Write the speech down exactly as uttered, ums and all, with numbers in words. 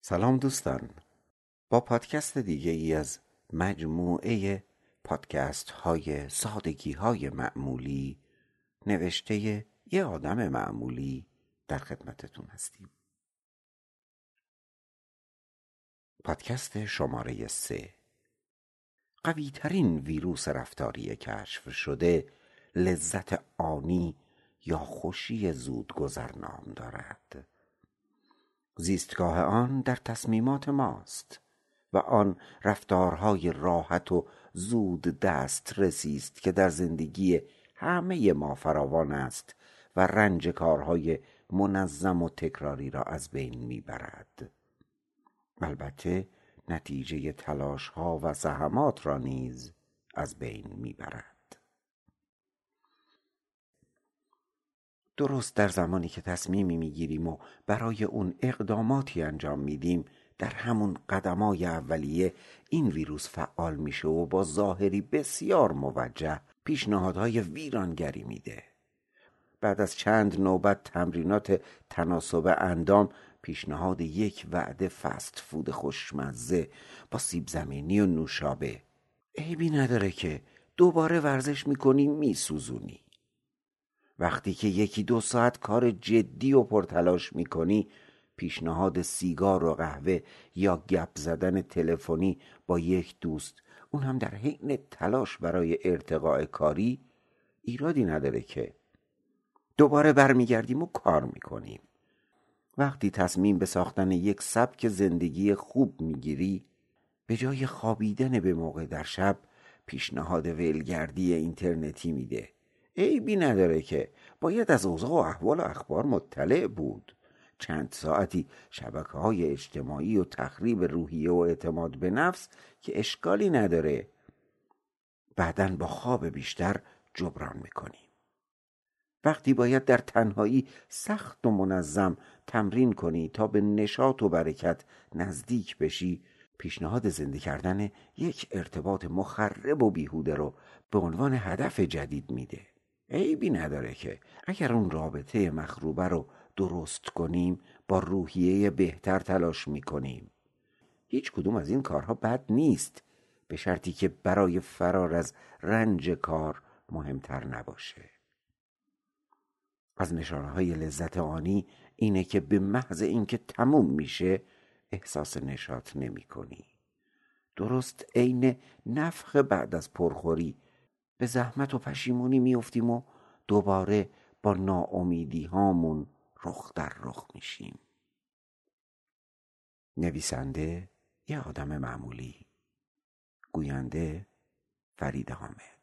سلام دوستان، با پادکست دیگه ای از مجموعه پادکست های سادگی های معمولی نوشته یه آدم معمولی در خدمتتون هستیم. پادکست شماره سه. قوی ترین ویروس رفتاری کشف شده لذت آنی یا خوشی زودگذر نام دارد. زیستگاه آن در تصمیمات ماست و آن رفتارهای راحت و زود دسترسی است که در زندگی همه ما فراوان است و رنج کارهای منظم و تکراری را از بین میبرد. البته نتیجه تلاشها و زحمات را نیز از بین میبرد. درست در زمانی که تصمیمی میگیریم و برای اون اقداماتی انجام میدیم، در همون قدمای اولیه این ویروس فعال میشه و با ظاهری بسیار موجه پیشنهادهای ویرانگری میده. بعد از چند نوبت تمرینات تناسب اندام، پیشنهاد یک وعده فست فود خوشمزه با سیب زمینی و نوشابه. عیبی نداره که دوباره ورزش میکنی میسوزونی. وقتی که یکی دو ساعت کار جدی و پرتلاش میکنی، پیشنهاد سیگار و قهوه یا گپ زدن تلفنی با یک دوست، اون هم در حین تلاش برای ارتقاء کاری، ایرادی نداره که دوباره برمیگردیم و کار میکنیم. وقتی تصمیم به ساختن یک سبک زندگی خوب میگیری، به جای خوابیدن به موقع در شب پیشنهاد ولگردی اینترنتی میده. عیبی نداره که باید از اوضاع و احوال و اخبار مطلع بود. چند ساعتی شبکه‌های اجتماعی و تخریب روحیه و اعتماد به نفس که اشکالی نداره. بعداً با خواب بیشتر جبران میکنیم. وقتی باید در تنهایی سخت و منظم تمرین کنی تا به نشاط و برکت نزدیک بشی، پیشنهاد زنده کردن یک ارتباط مخرب و بیهوده رو به عنوان هدف جدید میده. عیبی نداره که اگر اون رابطه مخروبه رو درست کنیم، با روحیه بهتر تلاش میکنیم. هیچ کدوم از این کارها بد نیست، به شرطی که برای فرار از رنج کار مهمتر نباشه. از نشانه‌های لذت آنی اینه که به محض اینکه تموم میشه احساس نشاط نمی کنی. درست عین نفخ بعد از پرخوری به زحمت و پشیمونی میافتیم و دوباره با ناامیدی هامون رخ در رخ میشیم. نویسنده یه آدم معمولی، گوینده فرید حامد.